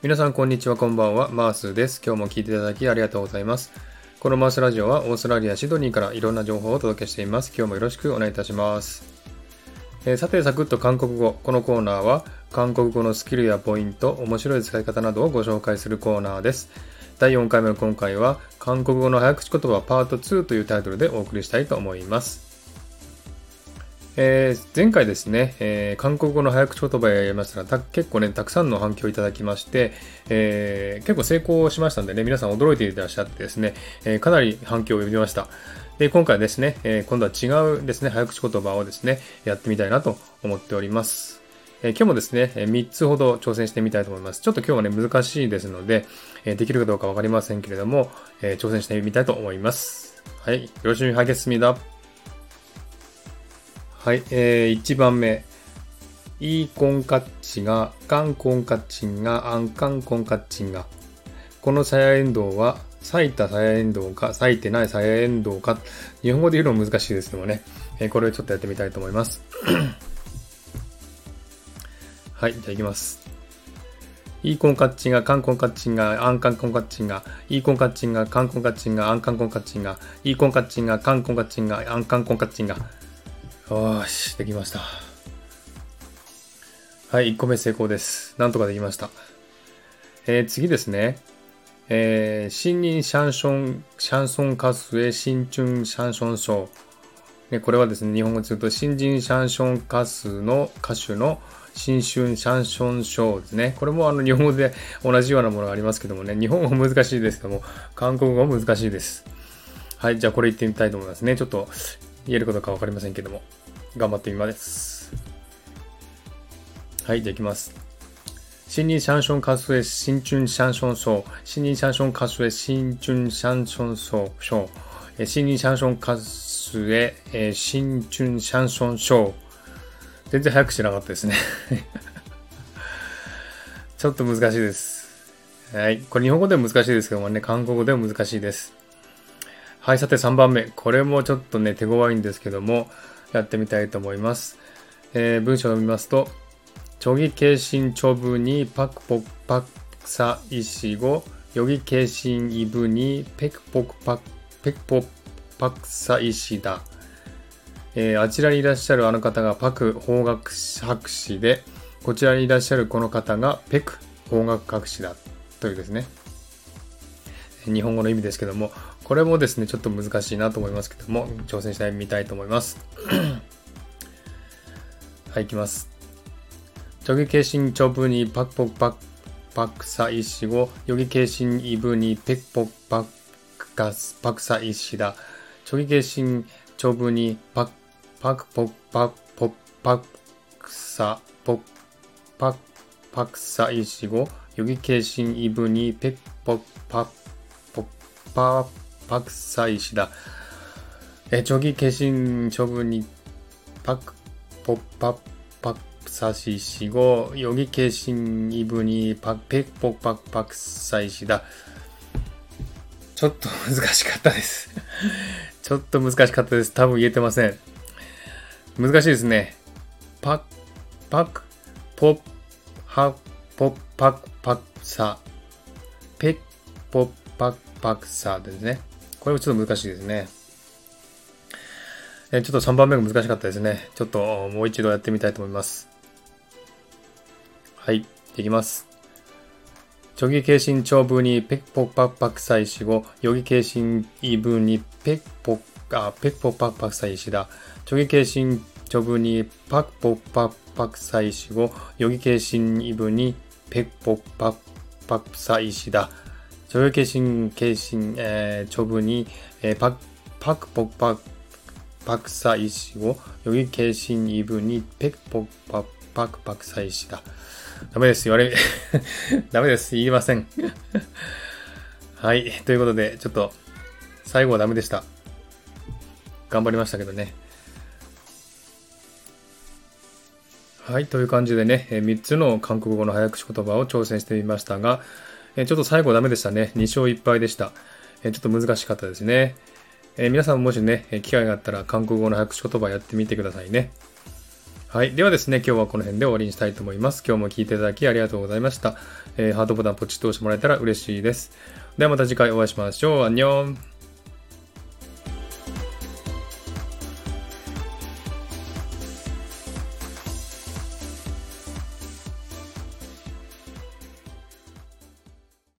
皆さんこんにちは、こんばんは。マースです。今日も聞いていただきありがとうございます。このマースラジオはオーストラリア・シドニーからいろんな情報をお届けしています。今日もよろしくお願いいたします。さて、サクッと韓国語。このコーナーは韓国語のスキルやポイント、面白い使い方などをご紹介するコーナーです。第4回目の今回は韓国語の早口言葉パート2というタイトルでお送りしたいと思います。前回ですね、韓国語の早口言葉やりましたら結構ねたくさんの反響いただきまして、結構成功しましたんでね、皆さん驚いていらっしゃってですね、かなり反響を呼びました。で今回ですね、今度は違うですね早口言葉をですねやってみたいなと思っております。今日もですね3つほど挑戦してみたいと思います。ちょっと今日はね難しいですので、できるかどうか分かりませんけれども、挑戦してみたいと思います。はい、열심히 하겠습니다。はい、1番目。イーコンカッチが、カンコンカッチンが、アンカンコンカッチンが。このサヤエンドウは、咲いたサヤエンドウか、咲いてないサヤエンドウか。日本語で言うのも難しいですけどもね。これをちょっとやってみたいと思います。はい、じゃあいきます。イーコンカッチンが、カンコンカッチンが、アンカンコンカッチンが、イーコンカッチンが、カンコンカッチンが、アンカンコンカッチンが、イーコンカッチンが、カンコンカッチンが、アンカンコンカッチンが。よし、できました。はい、1個目成功です。なんとかできました。次ですね。新任シャンソン歌手へ新春シャンソンショー。これはですね、日本語ですると、新人シャンソン歌手の新春シャンソンショーですね。これも日本語で同じようなものがありますけどもね、日本語難しいですけども、韓国語も難しいです。はい、じゃあこれ言ってみたいと思いますね。ちょっと言えることかわかりませんけども、頑張ってみます。はい、じゃあいきます。新任シャンソン歌手へ新春シャンソンショー。新任シャンソン歌手へ新春シャンソンショー。新任シャンソン歌手へ新春シャンソンショー。全然早くしなかったですね。ちょっと難しいです。はい、これ日本語でも難しいですけどもね、韓国語でも難しいです。はい、さて3番目。これもちょっとね、手強いんですけども、やってみたいと思います。文章を読みますと、저기 계신 저분이 팍복박 박사이시고 여기 계신 이분이 백복 박사이시다. あちらにいらっしゃるあの方がパク法学博士で、こちらにいらっしゃるこの方がペク法学博士だというですね、日本語の意味ですけども、これもですねちょっと難しいなと思いますけども、挑戦してみたいと思います。はい、いきます。저기 계신 저분이 박복 박사이시고 여기 계신 이분이 백복 박사이시다. 저기 계신 저분이 박복 박사이시고 여기 계신 이분이 백복 박사이시다. 저기 계신 저분이 박사이시고 여기 계신 이분이 백복 박사이시다. ちょっと難しかったです。ちょっと難しかったです。多分言えてません。難しいですね。パクポパクサペッポパクサですね。これもちょっと難しいですね。ちょっと3番目が難しかったですね。ちょっともう一度やってみたいと思います。はい、いきます。저기 계신 저분이 백복 박사이시고 여기 계신 이분이 백복 박사이시다. 저기 계신 저분이 박복 박사이시고 여기 계신 이분이 백복 박사이시다. 저기 계신 저분이 박복 박사이시고 여기 계신 이분이 백복 박사이시다. ダメです。ダメです。言いません。はい。ということで、ちょっと、最後はダメでした。頑張りましたけどね。はい。という感じでね、3つの韓国語の早口言葉を挑戦してみましたが、ちょっと最後はダメでしたね。2勝1敗でした。ちょっと難しかったですね。皆さんもしね、機会があったら韓国語の早口言葉やってみてくださいね。 はい。ではですね、今日はこの辺で終わりにしたいと思います。今日も聞いていただきありがとうございました。ハートボタンポチッと押してもらえたら嬉しいです。ではまた次回お会いしましょう。アンニョン。